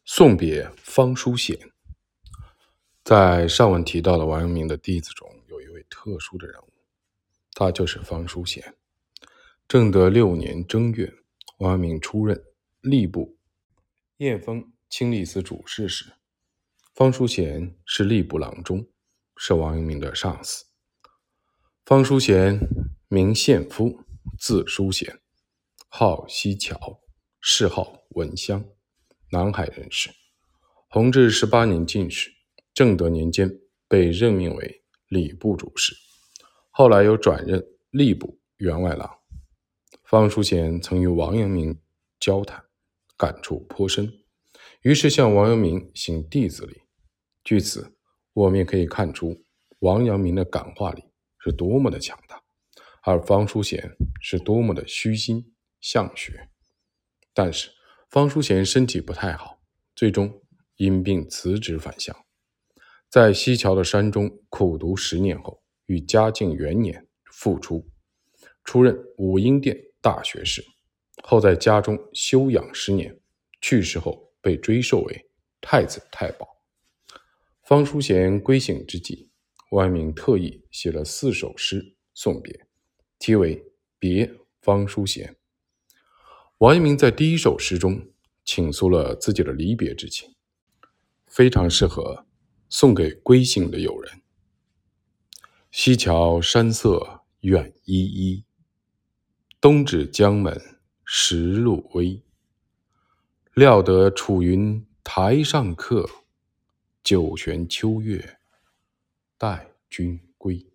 送别方书贤。在上文提到的王阳明的弟子中，有一位特殊的人物，他就是方书贤。正德6年正月，王阳明出任吏部验封清吏司主事时，方书贤是吏部郎中，是王阳明的上司。方书贤名献夫，字书贤，号西樵，谥号文香，南海人士。弘治18年进士，正德年间被任命为礼部主事，后来又转任吏部员外郎。方书贤曾与王阳明交谈，感触颇深，于是向王阳明行弟子礼。据此，我们也可以看出王阳明的感化力是多么的强大，而方书贤是多么的虚心向学。但是方书贤身体不太好，最终因病辞职返乡，在西樵的山中苦读10年后，于嘉靖元年复出，出任武英殿大学士，后在家中休养10年，去世后被追授为太子太保。方书贤归省之际，王阳明特意写了4首诗送别，题为《别方书贤》。王阳明在第1首诗中倾诉了自己的离别之情，非常适合送给归省的友人。西樵山色远依依，东指江门石路微。料得楚云台上客，九玄秋月待君归。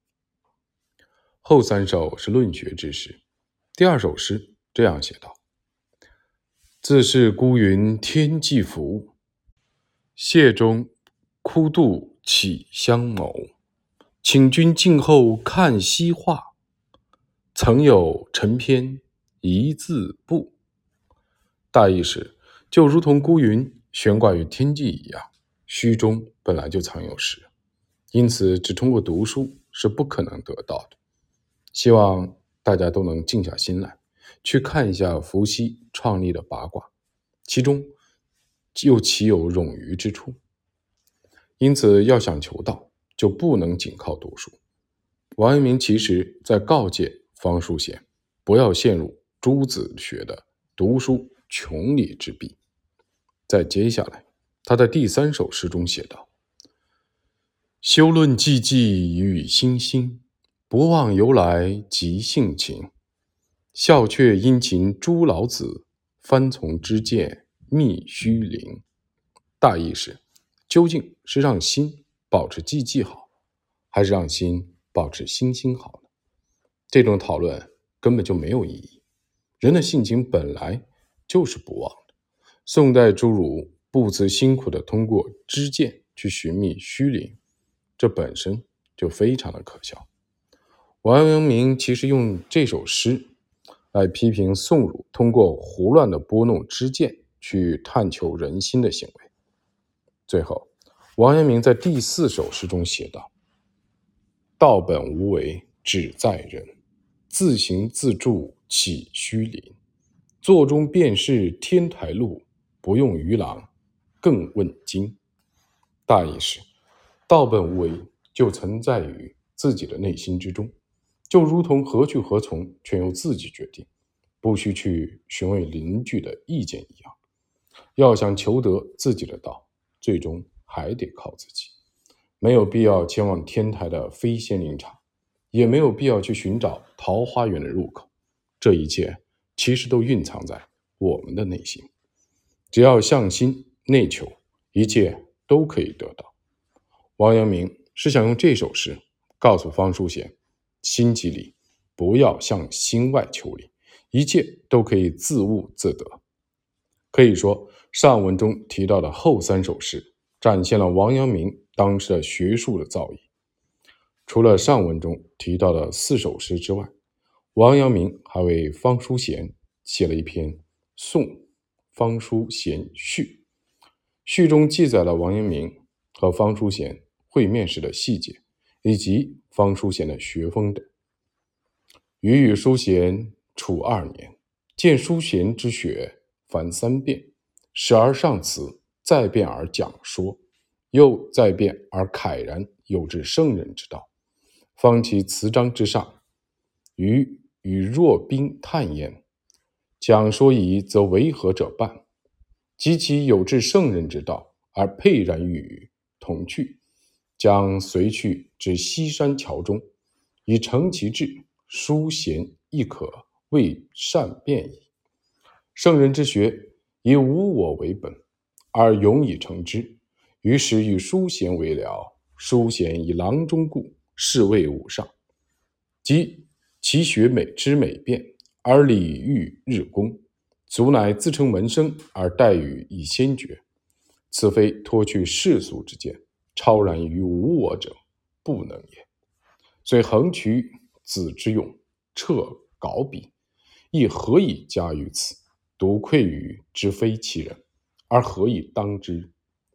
后3首是论学之诗。第2首诗这样写道：自是孤云天际浮，谢中枯度岂相谋。请君静候看西画，曾有陈篇一字不。大意是，就如同孤云悬挂于天际一样，虚中本来就藏有诗，因此只通过读书是不可能得到的。希望大家都能静下心来，去看一下伏羲创立的八卦，其中又岂有冗余之处？因此要想求道，就不能仅靠读书。王阳明其实在告诫方书贤，不要陷入朱子学的读书穷理之弊。再接下来，他在第3首诗中写道：休论寂寂与星星，不忘由来即性情。笑却殷勤诸老子，翻从知见觅虚灵。大意是，究竟是让心保持寂寂好，还是让心保持星星好呢？这种讨论根本就没有意义。人的性情本来就是不忘的。宋代诸儒不辞辛苦地通过知见去寻觅虚灵，这本身就非常的可笑。王阳明其实用这首诗来批评宋儒通过胡乱的拨弄知见去探求人心的行为。最后，王阳明在第4首诗中写道：道本无为只在人，自行自助岂虚灵。座中便是天台路，不用鱼郎更问津。大意是，道本无为就存在于自己的内心之中，就如同何去何从全由自己决定，不需去询问邻居的意见一样。要想求得自己的道，最终还得靠自己。没有必要前往天台的飞仙林场，也没有必要去寻找桃花源的入口，这一切其实都蕴藏在我们的内心。只要向心内求，一切都可以得到。王阳明是想用这首诗告诉方书贤，心即理，不要向心外求理，一切都可以自悟自得。可以说，上文中提到的后3首诗展现了王阳明当时的学术的造诣。除了上文中提到的4首诗之外，王阳明还为方书贤写了一篇《送方书贤序》，序中记载了王阳明和方书贤会面时的细节，以及方书贤的学风等。余与书贤处2年，见书贤之学凡3变， 始而上辞，再变而讲说，又再变而慨然有至圣人之道。方其辞章之上，与若宾叹焉。讲说矣，则为何者半？及其有至圣人之道，而沛然与同去，将随去至西山桥中，以成其志，书贤亦可谓善辩矣。圣人之学，以无我为本，而永以成之。于是与书贤为僚，书贤以郎中故，是谓吾上。即其学美之美辩，而礼遇日功，足乃自称门生，而待遇以先决。此非脱去世俗之见，超然于无我者，不能也。虽横渠子之用，彻稿笔，亦何以加于此？独愧于之非其人，而何以当之？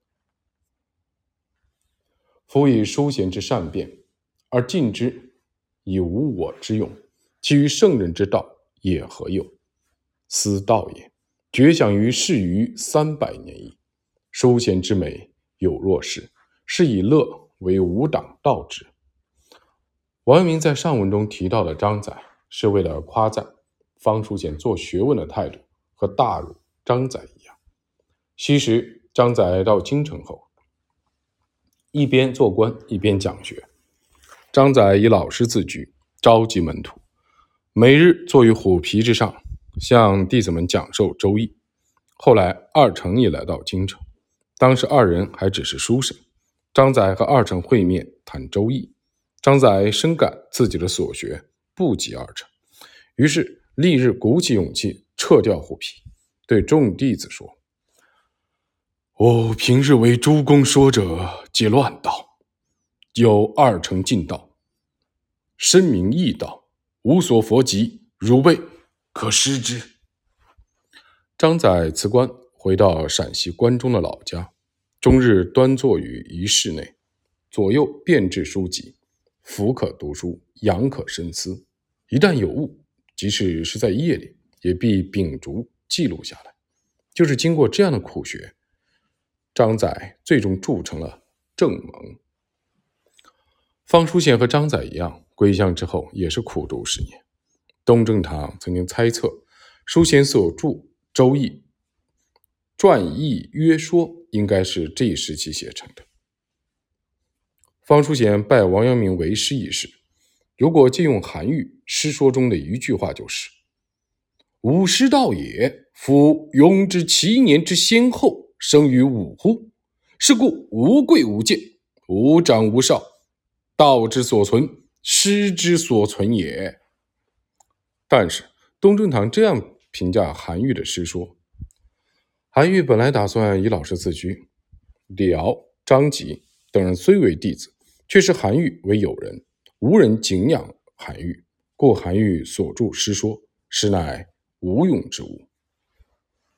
夫以书贤之善辩，而尽之以无我之用，其余圣人之道也何有？斯道也，绝响于世于300年矣。书贤之美有若是，是以乐为吾党道之。王阳明在上文中提到的张载，是为了夸赞方书贤做学问的态度和大儒张载一样。昔时张载到京城后，一边做官一边讲学。张载以老师自居，召集门徒，每日坐于虎皮之上，向弟子们讲授周易。后来二程也来到京城，当时二人还只是书生。张载和二程会面谈周易，张载深感自己的所学不及二程，于是立日鼓起勇气撤掉虎皮，对众弟子说：我平日为诸公说者，皆乱道，有二程进道，深明义道，无所佛及，汝辈可施之。张载辞官，回到陕西关中的老家，终日端坐于一室内，左右遍置书籍，俯可读书，仰可深思。一旦有误，即使是在夜里，也必秉烛记录下来。就是经过这样的苦学，张载最终铸成了正蒙。方书贤和张载一样，归乡之后也是苦读10年。东正堂曾经猜测，书贤所著《周易》传译约说应该是这一时期写成的。方书贤拜王阳明为师一事，如果借用韩愈诗说中的一句话，就是吾师道也，夫庸之7年之先后，生于吾乎？是故无贵无贱，无长无少，道之所存，师之所存也。但是东正堂这样评价韩愈的诗说：韩愈本来打算以老师自居，李敖、张籍等人虽为弟子，却视韩愈为友人，无人敬仰韩愈，故韩愈所著诗说，实乃无用之物。